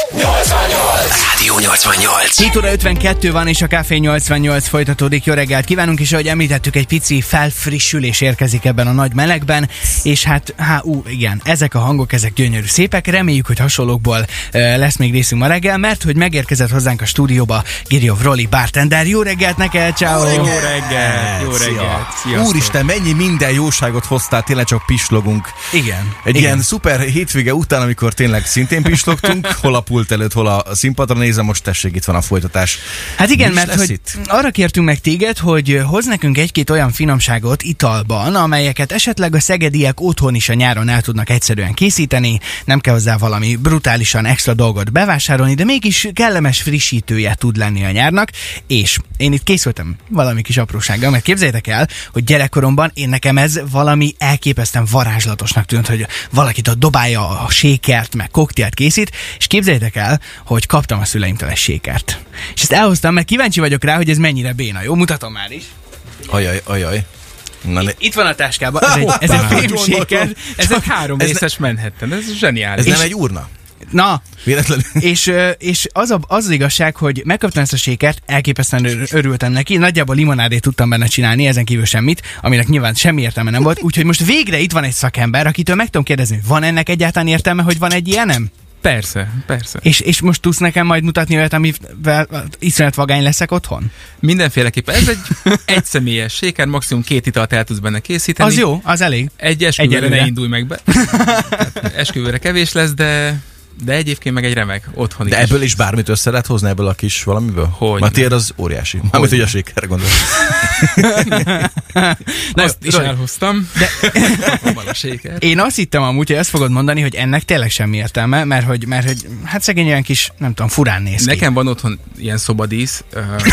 Rádió 88. 7 óra 52 van, és a Café 88 folytatódik. Jó reggelt kívánunk, és ahogy említettük, egy pici felfrissülés érkezik ebben a nagy melegben, és igen, ezek a hangok, ezek gyönyörű szépek. Reméljük, hogy hasonlókból lesz még részünk ma reggel, mert hogy megérkezett hozzánk a stúdióba Giriov Roli bartender. Jó reggelt neked, ciao. Jó reggelt. Sziasztok. Úristen, mennyi minden jóságot hoztál, tényleg csak pislogunk. Igen. Egy ilyen szuper hétvége után, amikor tényleg szintén pislogtunk, hol a pult előtt, hol a színpadra nézem, most tessék, itt van a folytatás. Hát igen, Mi mert hogy itt? arra kértünk meg téged, hogy hoz nekünk egy-két olyan finomságot italban, amelyeket esetleg a szegediek otthon is a nyáron el tudnak egyszerűen készíteni, nem kell hozzá valami brutálisan extra dolgot bevásárolni, de mégis kellemes frissítője tud lenni a nyárnak, és én itt készültem valami kis aprósággal, mert képzeljétek el, hogy gyerekkoromban nekem ez valami elképesztően varázslatosnak tűnt, hogy valakit ott dobálja a sékert, meg koktélt készít, és képzeljétek el, hogy kaptam a szüleimtől egy sékert. És ezt elhoztam, mert kíváncsi vagyok rá, hogy ez mennyire béna. Jó, mutatom már is. Ajaj. Itt van a táskában, ez egy fémséker. Ez egy 3 részes Manhattan, ez zseniális. Ez nem egy urna? Na, véletlenül. És az igazság, hogy megkaptam ezt a sékert, elképesztően örültem neki, nagyjából limonádét tudtam benne csinálni, ezen kívül semmit, aminek nyilván semmi értelme nem volt, úgyhogy most végre itt van egy szakember, akitől meg tudom kérdezni, van ennek egyáltalán értelme, hogy van egy ilyenem? Persze. És most tudsz nekem majd mutatni olyat, amivel iszonyat vagány leszek otthon? Mindenféleképpen. Ez egy egyszemélyes séker, maximum 2 italt el tudsz benne készíteni. Az jó, az elég. Egy esküvőre ne indulj meg be. Esküvőre kevés lesz, de egyébként meg egy remek otthoni. De ebből is bármit össze lehet hozni, ebből a kis valamiből? Hogy? Mert tiéd az óriási. Mármint ugye a sékerre gondolom. Azt is elhoztam. De a séker. Én azt hittem amúgy, hogy ezt fogod mondani, hogy ennek tényleg semmi értelme, mert hogy hát szegény olyan kis, nem tudom, furán néz ki. Nekem van otthon ilyen szobadísz.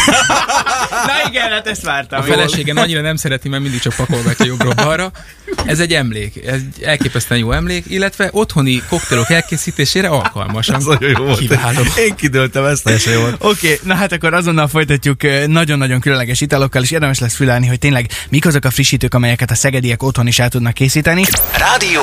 Na igen, hát ezt vártam. A feleségem annyira nem szereti, mert mindig csak pakolgatja jobbra-balra. Ez egy emlék, ez egy elképesztően jó emlék, illetve otthoni koktélok elkészítésére alkalmasan. Nagyon jó volt. Kiváló. Én kidőltem, ezt teljesen jó volt. Oké, na hát akkor azonnal folytatjuk nagyon-nagyon különleges italokkal, és érdemes lesz fülelni, hogy tényleg mik azok a frissítők, amelyeket a szegediek otthon is el tudnak készíteni. Rádió.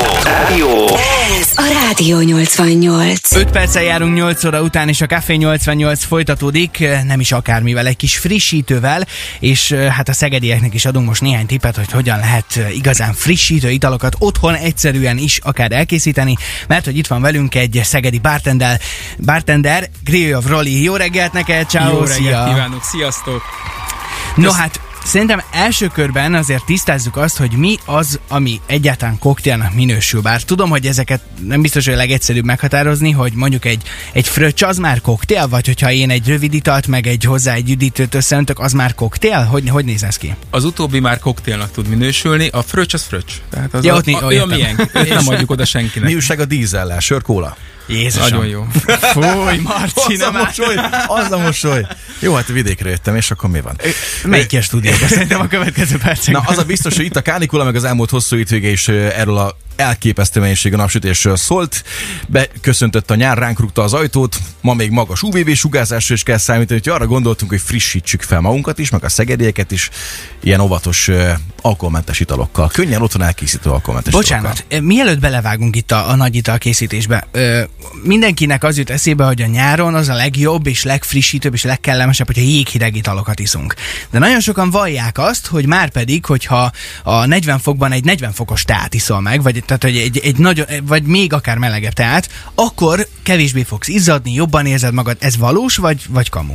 Ez a Rádió 88. 5 perccel járunk 8 óra után, és a Café 88 folytatódik, nem is akármivel, egy kis frissítővel, és hát a szegedieknek is adunk most néhány tippet, hogy hogyan lehet igazán frissítő italokat otthon egyszerűen is akár elkészíteni, mert hogy itt van velünk egy szegedi bartender, Giriov Roli. Jó reggelt neked, ciao, jó reggelt kívánok, sziasztok! No hát, szerintem első körben azért tisztázzuk azt, hogy mi az, ami egyáltalán koktélnak minősül. Bár tudom, hogy ezeket nem biztos, hogy a legegyszerűbb meghatározni, hogy mondjuk egy fröccs az már koktél, vagy hogyha én egy rövid italt, meg hozzá egy üdítőt összeöntök, az már koktél? Hogy néz ez ki? Az utóbbi már koktélnak tud minősülni, a fröccs az fröccs. Tehát az ja, miénk. Nem adjuk oda senkinek. Mi újság a dízellel? Sör, kóla? Jézusom. Nagyon jó. Fúj, Marci, az a mosoly. Jó, hát vidékre jöttem, és akkor mi van? Melyik ilyen stúdióban? Szerintem a következő percekben. Na, az a biztos, hogy itt a kánikula, meg az elmúlt hosszú hétvége is erről a elképesztő mennyiségű napsütésről szólt. Beköszöntött a nyár, ránk rúgta az ajtót, ma még magas UVV sugárzásra is kell számítani, hogy arra gondoltunk, hogy frissítsük fel magunkat is, meg a szegedieket is, ilyen óvatos alkoholmentes italokkal. Könnyen otthon elkészítő alkoholmentes Bocsánat, mielőtt belevágunk itt a nagy ital készítésbe, mindenkinek az jut eszébe, hogy a nyáron az a legjobb és legfrissítőbb és legkellemesebb, hogyha jéghideg italokat iszunk. De nagyon sokan vallják azt, hogy már pedig, hogyha a 40 fokban egy 40 fokos teát iszol meg, vagy tehát, hogy egy nagyon, vagy még akár melegebb teát, akkor kevésbé fogsz izzadni, jobban érzed magad. Ez valós, vagy kamu?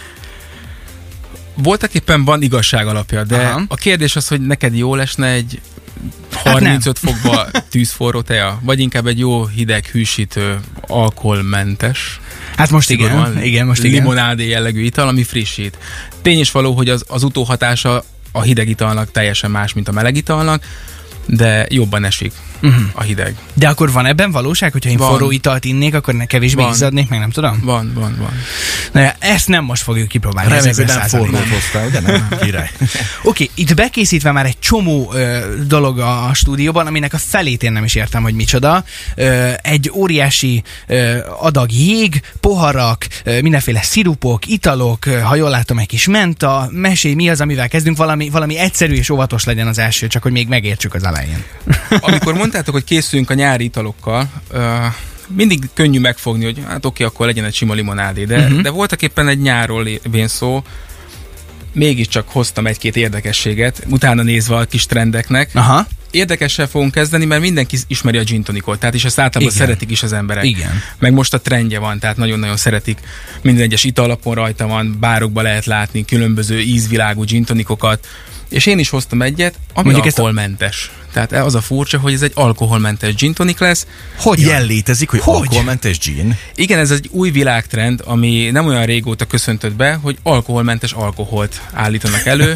Voltak éppen van igazság alapja, de a kérdés az, hogy neked jól esne egy 35 fokba tűzforró tea, vagy inkább egy jó hideg, hűsítő, alkoholmentes. Hát most igen, most igen. Limonádé jellegű ital, ami frissít. Tény is való, hogy az utóhatása a hideg italnak teljesen más, mint a meleg italnak, de jobban esik a hideg. De akkor van ebben valóság, hogyha én forró italt innék, akkor kevésbé izzadnék, meg nem tudom? Van. Na ja, ezt nem most fogjuk kipróbálni. Reméljük, hogy nem forrót hoztál, de nem, király. Oké, itt bekészítve már egy csomó dolog a stúdióban, aminek a felét én nem is értem, hogy micsoda. Egy óriási adag jég, poharak, mindenféle szirupok, italok, ha jól látom, egy kis menta. Mesélj, mi az, amivel kezdünk, valami egyszerű és óvatos legyen az első, csak hogy még megértsük az elején. Amikor mondtátok, hogy készüljünk a nyári italokkal, mindig könnyű megfogni, hogy hát oké, akkor legyen egy sima limonádé, de voltak éppen egy nyárról lévén szó, mégiscsak hoztam egy-két érdekességet, utána nézve a kis trendeknek. Aha. Érdekessel fogunk kezdeni, mert mindenki ismeri a gin tonicot, tehát és ezt általában szeretik is az emberek. Igen. Meg most a trendje van, tehát nagyon-nagyon szeretik. Minden egyes italapon rajta van, bárokba lehet látni különböző ízvilágú gin tonicokat, és én is hoztam egyet, ami mondjuk alkoholmentes. Tehát az a furcsa, hogy ez egy alkoholmentes gin tonic lesz. Hogy ilyen létezik, hogy alkoholmentes gin? Igen, ez egy új világtrend, ami nem olyan régóta köszöntött be, hogy alkoholmentes alkoholt állítanak elő.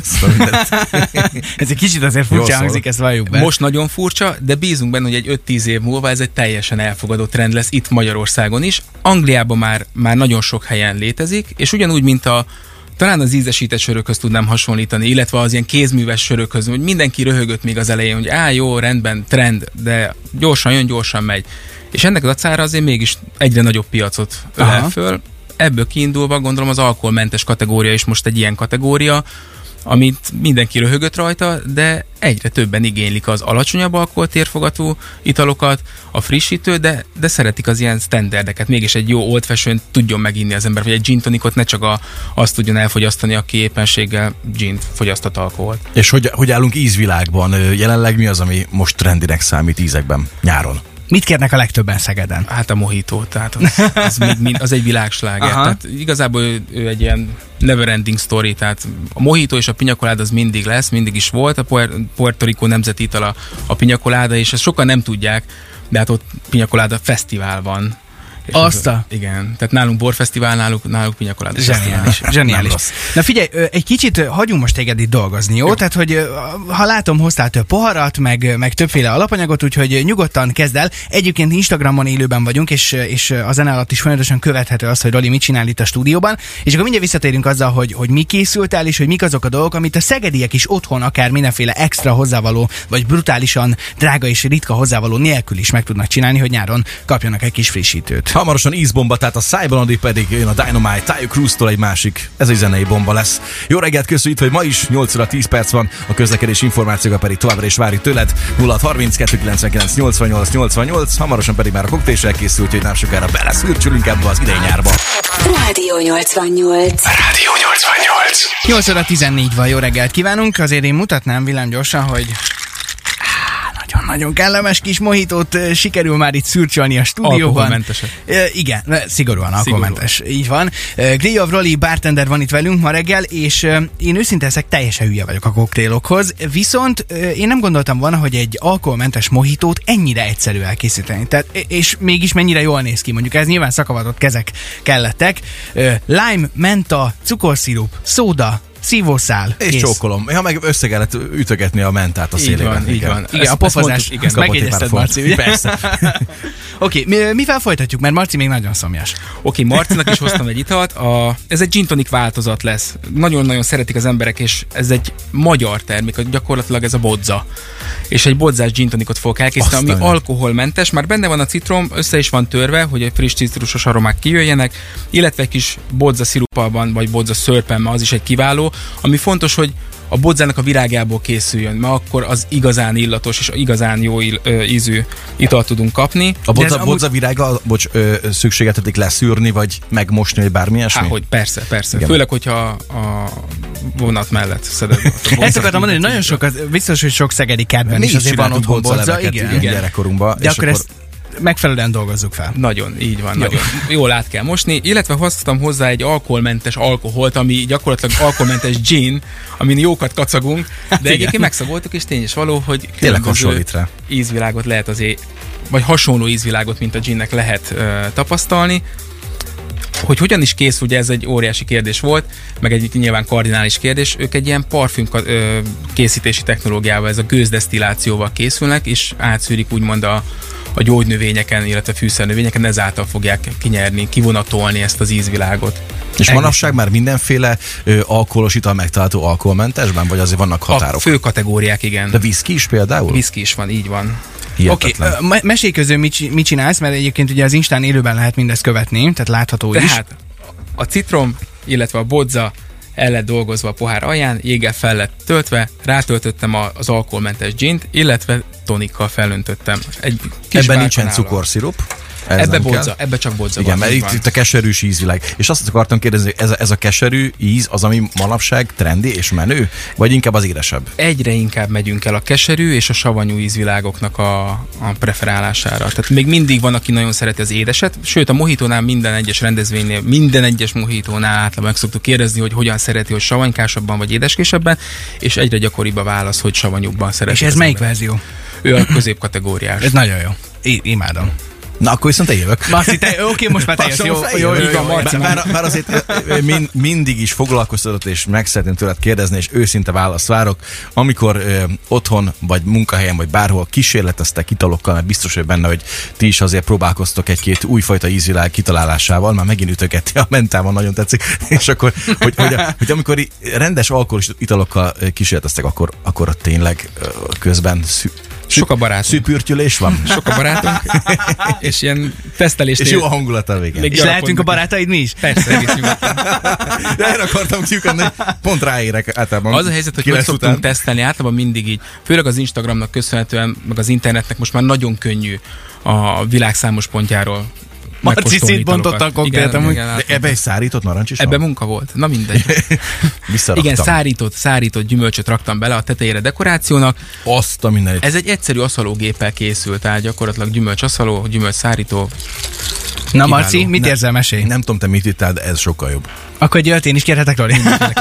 Ez egy kicsit azért furcsa hangzik, ezt valljuk be. Most nagyon furcsa, de bízunk benne, hogy egy 5-10 év múlva ez egy teljesen elfogadott trend lesz itt Magyarországon is. Angliában már nagyon sok helyen létezik, és ugyanúgy, mint talán az ízesített sörökhöz tudnám hasonlítani, illetve az ilyen kézműves sörökhöz, hogy mindenki röhögött még az elején, hogy jó, rendben, trend, de gyorsan jön, gyorsan megy. És ennek az acára azért mégis egyre nagyobb piacot ölel föl. Ebből kiindulva gondolom az alkoholmentes kategória is most egy ilyen kategória, amit mindenki röhögött rajta, de egyre többen igénylik az alacsonyabb alkoholtérfogatú italokat, a frissítő, de szeretik az ilyen standardeket. Mégis egy jó old fashion tudjon meginni az ember, vagy egy gin tonicot ne csak azt tudjon elfogyasztani, aki éppenséggel gint fogyasztott alkoholt. És hogy állunk ízvilágban? Jelenleg mi az, ami most trendinek számít ízekben nyáron? Mit kérnek a legtöbben Szegeden? Hát a mojito, tehát az egy világsláger. Tehát igazából ő egy ilyen never ending story, tehát a mojito és a piña colada az mindig lesz, mindig is volt, a Puerto Rico nemzeti ital a piña colada, és ezt sokan nem tudják, de hát ott piña colada fesztivál van. Igen, tehát nálunk borfesztivál, náluk piña colada. Zseniális. Na figyelj, egy kicsit hagyjunk most téged itt dolgozni, jó? Tehát, hogy ha látom, hoztál több poharat, meg többféle alapanyagot, úgyhogy nyugodtan kezd el. Egyébként Instagramon élőben vagyunk, és a zene alatt is folyamatosan követhető az, hogy Roli mit csinál itt a stúdióban, és akkor mindjárt visszatérünk azzal, hogy mi készült el, és hogy mik azok a dolgok, amit a szegediek is otthon akár mindenféle extra hozzávaló, vagy brutálisan drága és ritka hozzávaló nélkül is meg tudnak csinálni, hogy nyáron kapjanak egy kis frissítőt. Hamarosan ízbomba, tehát a Cybernondi pedig jön a Dynamite, Tayo Cruz-tól egy másik, ez egy zenei bomba lesz. Jó reggelt, köszönjük, hogy ma is 8 óra 10 perc van, a közlekedés információga pedig továbbra is várjuk tőled. 0632 99 88 88, hamarosan pedig már a koktél készült, hogy nem sokára beleszürcsülünk ebbe az idei nyárba. Rádió 88. Rádió 88. 8 óra 14 van, jó reggelt kívánunk, azért én mutatnám villámgyorsan, hogy nagyon kellemes kis mohitót sikerül már itt szürcsölni a stúdióban. Alkoholmentesek. Igen, szigorúan alkoholmentes. Így van. Grillov Roli bartender van itt velünk ma reggel, és én őszintén leszek, teljesen hülye vagyok a koktélokhoz, viszont én nem gondoltam volna, hogy egy alkoholmentes mohitót ennyire egyszerű elkészíteni. Tehát, és mégis mennyire jól néz ki. Mondjuk ez nyilván szakavatott kezek kellettek. Lime, menta, cukorszirup, szóda, szívószál. És csókolom. Ha meg össze kellett ütögetni a mentát a szélében. Így van. Igen, a pofazás. Ezt megjegyezted, Marci, ugye? Persze. Oké, mivel folytatjuk? Mert Marci még nagyon szomjas. Oké, Marcinak is hoztam egy italt. Ez egy gin tonic változat lesz. Nagyon-nagyon szeretik az emberek, és ez egy magyar termék, gyakorlatilag ez a bodza. És egy bodzás gin tonicot fogok elkészíteni, ami alkoholmentes. Már benne van a citrom, össze is van törve, hogy a friss citrusos aromák kijöjjenek, illetve egy kis bodza szirupban, vagy bodza szörpemmel, az is egy kiváló. Ami fontos, hogy a bodzának a virágából készüljön, mert akkor az igazán illatos és igazán jó ízű italt tudunk kapni. A bodza virága, szükségeltetik leszűrni, vagy megmosni, vagy bármi ilyesmi? Hogy persze. Igen. Főleg, hogyha a vonat mellett szeded. Ezt akartam mondani, hogy nagyon sok, biztos, hogy sok szegedi kertben is azért van otthon bodza. Igen, gyerekkorunkban. De akkor ezt megfelelően dolgozzuk fel. Nagyon, így van. Nagyon. Jól át kell mosni, illetve hoztam hozzá egy alkoholmentes alkoholt, ami gyakorlatilag alkoholmentes gin, amin jókat kacagunk, de egyébként megszagoltuk, és tény is való, hogy különböző ízvilágot lehet azért, vagy hasonló ízvilágot, mint a ginnek lehet tapasztalni. Hogy hogyan is készül, ugye ez egy óriási kérdés volt, meg egy nyilván kardinális kérdés. Ők egy ilyen parfüm készítési technológiával, ez a gőzdesztillációval készülnek, és átszűrik úgymond a gyógynövényeken, illetve fűszernövényeken, ezáltal fogják kinyerni, kivonatolni ezt az ízvilágot. És manapság már mindenféle alkoholos ital megtalálható alkoholmentesben, vagy azért vannak határok? A fő kategóriák, igen. De whisky is például? Whisky is van, így van. Oké, mesélj közül mit csinálsz, mert egyébként ugye az Instán élőben lehet mindezt követni, tehát látható is. Tehát a citrom, illetve a bodza el lett dolgozva a pohár alján, jéggel fel lett töltve, rátöltöttem az alkoholmentes gint, illetve tonikkal felöntöttem. Ebben nincsen cukorszirup? Ebbe csak bodza igen, van. mert itt a keserűs ízvilág. És azt akartam kérdezni, hogy ez a keserű íz az, ami manapság trendi és menő? Vagy inkább az édesebb? Egyre inkább megyünk el a keserű és a savanyú ízvilágoknak a preferálására. Tehát még mindig van, aki nagyon szereti az édeset, sőt a mojitónál minden egyes rendezvénynél, minden egyes mojitónál általában meg szoktuk kérdezni, hogy hogyan szereti, hogy savanykásabban vagy édeskésebben, és egyre gyakoribb a válasz, hogy savanyúbban szereti. És ez melyik verzió? Ő a középkategóriás. Ez nagyon jó. Imádom. Na, akkor viszont én jövök. Marci, oké, most már te jössz. Jó, bár azért mindig is foglalkoztatott, és meg szeretném tőled kérdezni, és őszinte választ várok. Amikor otthon, vagy munkahelyen, vagy bárhol kísérleteztek italokkal, mert biztos, hogy benne, hogy ti is azért próbálkoztok egy-két újfajta ízvilág kitalálásával, már megint ütögeti a mentában, nagyon tetszik, és akkor, hogy amikor rendes alkoholis italokkal kísérleteztek, akkor tényleg közben sok a barátunk. Szűpürtyülés van. Sok a barátunk. És ilyen tesztelés. És jó a hangulat a végén. És lehetünk a barátaid mi is? Persze, egész nyugodtan. De én akartam kiukadni, pont ráérek általában. Az a helyzet, hogy szoktunk tesztelni, általában mindig így, főleg az Instagramnak köszönhetően, meg az internetnek most már nagyon könnyű a világ számos pontjáról. Marci szétbontotta a koktélt amúgy. De ebbe egy szárított narancs is van? Ebbe munka volt. Na mindegy. Igen, szárított gyümölcsöt raktam bele a tetejére dekorációnak. Azt a mindenit. Ez egy egyszerű aszalógéppel készült, tehát gyakorlatilag gyümölcs aszaló, gyümölcs szárító. Na Marci, mit érzel, mesélj? Nem tudom, te mit ittál, de ez sokkal jobb. Akkor egy olyat én is kérhetek, Lori?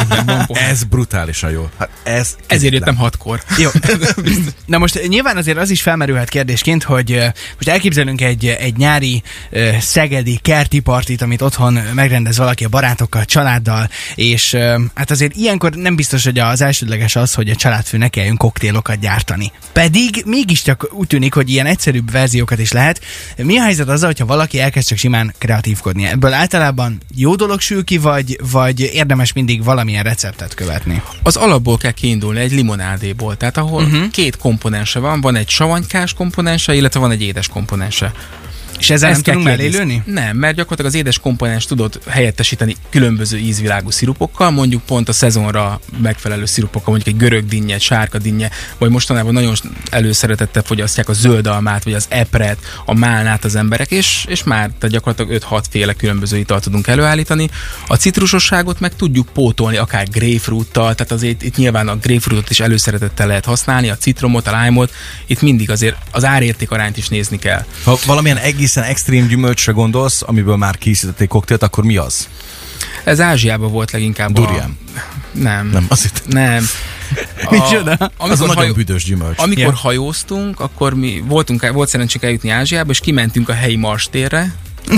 Ez brutálisan jó. Hát ezért jöttem 6-kor. Jó. Na most nyilván azért az is felmerülhet kérdésként, hogy most elképzelünk egy nyári szegedi kerti partit, amit otthon megrendez valaki a barátokkal, családdal, és hát azért ilyenkor nem biztos, hogy az elsődleges az, hogy a családfő ne kelljen koktélokat gyártani. Pedig mégiscsak úgy tűnik, hogy ilyen egyszerűbb verziókat is lehet. Mi a helyzet azzal, hogyha valaki elkezd csak simán kreatívkodni? Ebből általában jó dolog sül ki, vagy érdemes mindig valamilyen receptet követni? Az alapból kell kiindulni, egy limonádéból, tehát ahol két komponense van egy savanykás komponense, illetve van egy édes komponense. És ezzel nem tudunk mellélőni? Nem, mert gyakorlatilag az édes komponens tudod helyettesíteni különböző ízvilágú szirupokkal, mondjuk pont a szezonra megfelelő szirupokkal, mondjuk egy görög dinnye, egy sárga dinnye, vagy mostanában nagyon előszeretettel fogyasztják a zöldalmát, vagy az epret, a málnát az emberek, és már tehát gyakorlatilag 5-6 féle különböző italt tudunk előállítani. A citrusosságot meg tudjuk pótolni akár grapefruittal, tehát azért itt nyilván a grapefruitot is előszeretettel lehet használni, a citromot, a lime-ot, itt mindig azért az árérték arányt is nézni kell. Ha valamilyen egészen extrém gyümölcsre gondolsz, amiből már készítették koktélt, akkor mi az? Ez Ázsiában volt leginkább. Durian. Nem. Nem. Micsoda? Az a nagyon büdös gyümölcs. Amikor hajóztunk, akkor volt szerencsénk eljutni Ázsiába, és kimentünk a helyi marstérre.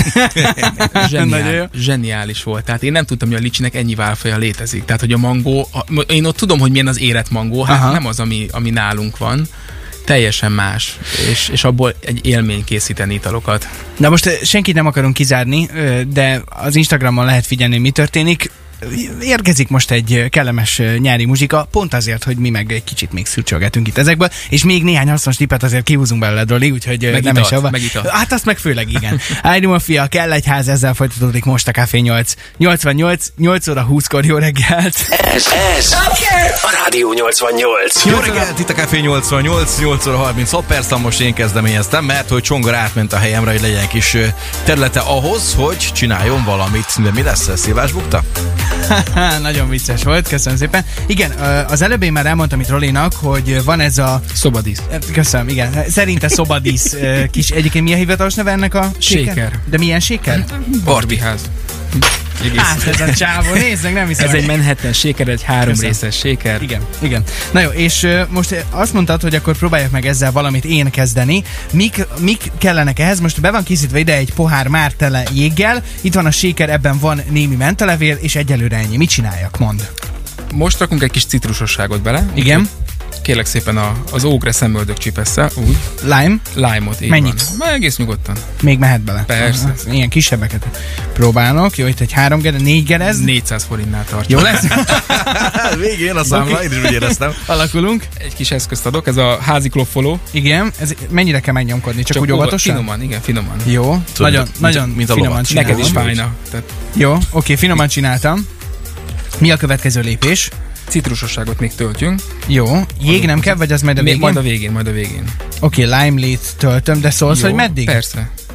Zseniális volt. Tehát én nem tudtam, hogy a licsinek ennyi válfaja létezik. Tehát, hogy a mangó, én ott tudom, hogy milyen az érett mangó, hát nem az, ami nálunk van. Teljesen más, és abból egy élmény készíteni italokat. Na most senkit nem akarunk kizárni, de az Instagramon lehet figyelni, mi történik. Érkezik most egy kellemes nyári muzsika, pont azért, hogy mi meg egy kicsit még szürcsölgetünk itt ezekből, és még néhány hasznos tippet azért kihúzunk belőle, Doli, úgyhogy nem is abba. Hát azt meg főleg igen. Ájdi Mafia, kell egy ház, ezzel folytatódik most a Café 8. 8 óra 20-kor, jó reggelt! Ez a Rádió 88. Jó reggelt, itt a Café 88, 8 óra 36 perc, most én kezdeményeztem, mert hogy Csongor átment a helyemre, hogy legyen kis területe ahhoz, hogy csináljon valamit. De mi lesz? Szilvás bukta? Nagyon vicces volt, köszönöm szépen. Igen, az előbb én már elmondtam itt Rolinak, hogy van ez a... Szobadísz. Köszönöm, igen. Szerinte szobadísz kis... Egyébként mi a hivatalos neve ennek a séker? De milyen séker? Barbiház. Hát ez a csávó, nézzük, nem hiszem. Ez egy Manhattan séker, egy 3 részes séker. Igen. Na jó, és most azt mondtad, hogy akkor próbálják meg ezzel valamit én kezdeni. Mik kellenek ehhez? Most be van készítve ide egy pohár már tele jéggel, itt van a séker, ebben van némi mentalevél, és egyelőre ennyi. Mit csináljak? Mondd. Most rakunk egy kis citrusosságot bele. Igen. Kérlek szépen az ógre szemöldök csipesszel, úgy. Lime-ot, így mennyit? Van. Egész nyugodtan. Még mehet bele? Persze. Ilyen kisebbeket próbálok. Jó, itt egy 3 gerez, 4 gerez. 400 forintnál tartja. Jó lesz? Végén a számla, én is úgy éreztem. Alakulunk. Egy kis eszközt adok, ez a házi klopfoló. Igen, ez mennyire kell megnyomkodni? Csak úgy óvatosan? Finoman. Jó, nagyon mint finoman csinálom. Neked is fájna. Jó, oké, finoman csináltam. Mi a következő lépés? Citrusosságot még töltjünk. Jó, jég nem kell, vagy az majd a végén? Majd a végén. Oké, lime-lét töltöm, de szólsz, hogy meddig? Persze.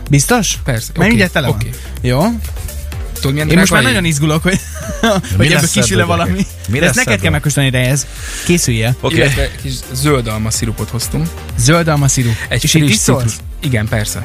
Biztos? Persze. Mert ugye tele van. Jó. Tudod, milyen Én most már drága nagyon izgulok, hogy mi ebből lesz kisül-e ebből, valami. gyerekek? Mi De ezt lesz neked kell ebből? megkóstolni, Reyes. Készüljél. Oké. Illetve kis zöldalma szirupot hoztunk. Zöld alma szirup. Egy És itt friss is szólsz? citrus. Igen, persze.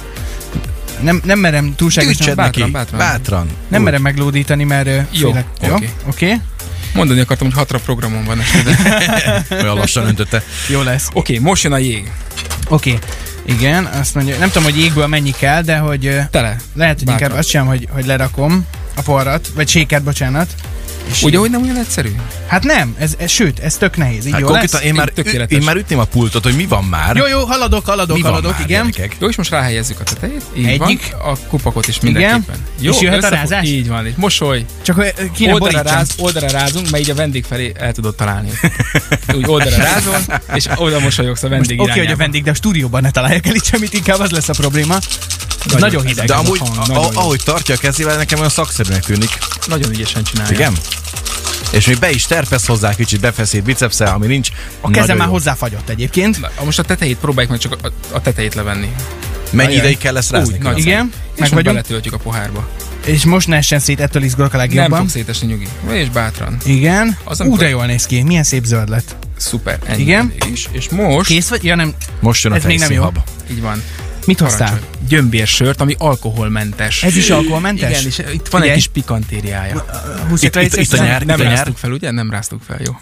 Nem merem túlságosan... Gyűjtsed bátran, neki. bátran. Bátran. Nem merem meglódítani, mert... Jó, félek. oké. Oké. Mondani akartam, hogy 6 programon van. Olyan lassan öntötte. Jó lesz. Oké, most jön a jég. Oké. Igen, azt mondja, nem tudom, hogy jégből mennyi kell, de hogy Tele. lehet, hogy Bátran. inkább azt sem, hogy lerakom a porrat, vagy sékert, bocsánat. És Ugye, hogy nem olyan egyszerű? Hát nem, sőt, ez tök nehéz, így Hát jó konkrétan lesz? Tökéletes. én már ütném a pultot, hogy mi van már. Jó, haladok, mi van már, igen. gyerekek? Jó, és most ráhelyezzük a tetejét. Így Egyik. van. A kupakot is mindenképpen. Jó, És jöhet a összefog- rázás? Így van. És mosoly. Csak hogy ki ne borítsam. Oldalra rázunk, mert így a vendég felé el tudod találni. Úgy oldalra rázol, és oda mosolyogsz a vendég Oké, hogy a irányába. vendég, de a stúdióban ne találják el itt semmit, inkább az lesz a probléma. Ez nagyon hideg. De ez a amúgy, hang, nagyon jó. ahogy tartja a kezével, nekem olyan szakszerűnek tűnik. Nagyon ügyesen csinálja. Igen? És még be is terpesz hozzá kicsit befeszít bicepszel, ami nincs. A kezem Nagyon már jó. hozzáfagyott egyébként. Na, most a tetejét próbáljuk meg csak a tetejét levenni. Mennyi Ajaj. ideig kell lesz rázni? Úgy, nagy Igen, És meg most vagyunk. beletöltjük a pohárba. És most ne essen szét, ettől izgulok a Nem legjobban. fog szétesni, nyugi. És bátran. Igen. Az, amikor- De jól néz ki. Milyen szép zöld lett. Szuper. Ennyi Igen. elég is. És most... Kész vagy? Ja nem. Most jön a Ez még nem jó. fejszínhab. Így van. Mit hoztál? Parancsolj. Gyömbérsört, ami alkoholmentes. Ez is alkoholmentes? Igen, és itt van egy Figyelj. kis pikantériája. Húzzak le Itt a egyszerűen? nyár. Nem Itt a nyár. ráztuk fel, ugye? Nem ráztuk fel, jó.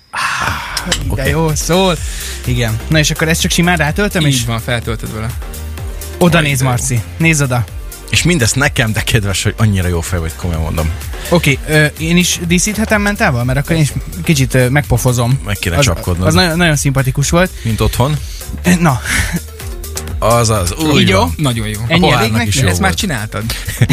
De jó, szól. Igen. Na és akkor ezt csak simán rátöltöm, és Így van, feltöltöd vele. oda néz, Marci. Nézz oda. És mindezt nekem, de kedves, hogy annyira jó fej vagy, komolyan mondom. Oké, én is díszíthetem mentával? Mert akkor én is kicsit megpofozom. Meg kéne Az csapkodnod. nagyon, nagyon szimpatikus volt. Mint otthon. Na, Azaz, úgy Így jó? van. Nagyon jó. ennyi pohárnak elég neki? is jó Ezt már volt. csináltad.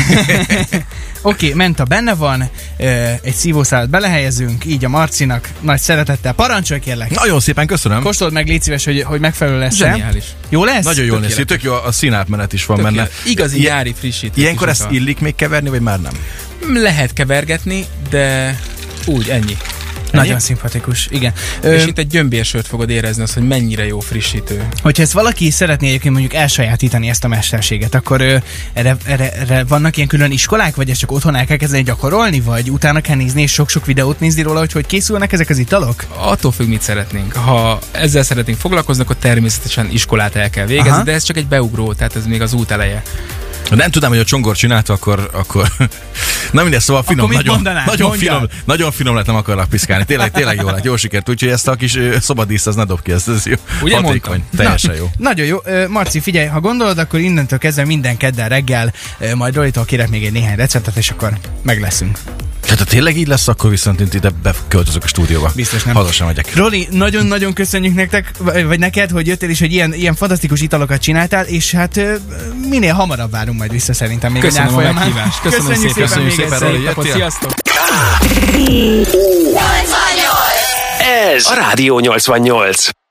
Oké, menta benne van, egy szívószálat belehelyezünk, így a Marcinak nagy szeretettel. Parancsolj kérlek! Nagyon szépen köszönöm. Kóstold meg, légy szíves, hogy megfelelő lesz. Zseniális. Jó lesz? Nagyon jól néz ki, Tökéletes. tök jó, a színátmenet is van benne. Tökéletes. Igazi Ilyen- nyári frissítő. Ilyenkor kis ezt ital. illik még keverni, vagy már nem? Lehet kevergetni, de úgy, ennyi. Nagyon szimpatikus, igen. És itt egy gyömbérsört fogod érezni azt, hogy mennyire jó frissítő. Hogyha ezt valaki szeretné egyébként mondjuk elsajátítani ezt a mesterséget, akkor erre vannak ilyen külön iskolák, vagy ezt csak otthon el kell kezdeni gyakorolni, vagy utána kell nézni és sok-sok videót nézni róla, hogy készülnek ezek az italok? Attól függ, mit szeretnénk. Ha ezzel szeretnénk foglalkozni, akkor természetesen iskolát el kell végezni, Aha. de ez csak egy beugró, tehát ez még az út eleje. Ha nem tudnám, hogy a Csongor csinálta, akkor... Na mindegy, szóval finom, mit nagyon, mondanál? nagyon Mondjál. finom, nagyon finom lett, nem akarlak piszkálni. Tényleg jó lett, jó sikert, úgyhogy ezt a kis szobadíszt, az ne dob ki, ez jó. Ugye Hatékony, mondtam? teljesen jó. Nagyon jó. Marci, figyelj, ha gondolod, akkor innentől kezdve minden kedden reggel majd Rolitól kérek még egy néhány receptet, és akkor meg leszünk. Tehát ha tényleg így lesz, akkor viszont itt ide beköltözök a stúdióba. Biztos nem. Haza sem megyek. Roli, nagyon-nagyon köszönjük nektek, vagy neked, hogy jöttél, és hogy ilyen fantasztikus italokat csináltál, és hát minél hamarabb várunk majd vissza szerintem még Köszönöm a folyamán. meghívást. Köszönöm szépen. Köszönjük Köszönjük szépen, szépen, még Roli, egyszer. jöttél. Sziasztok! Ez a Rádió 88.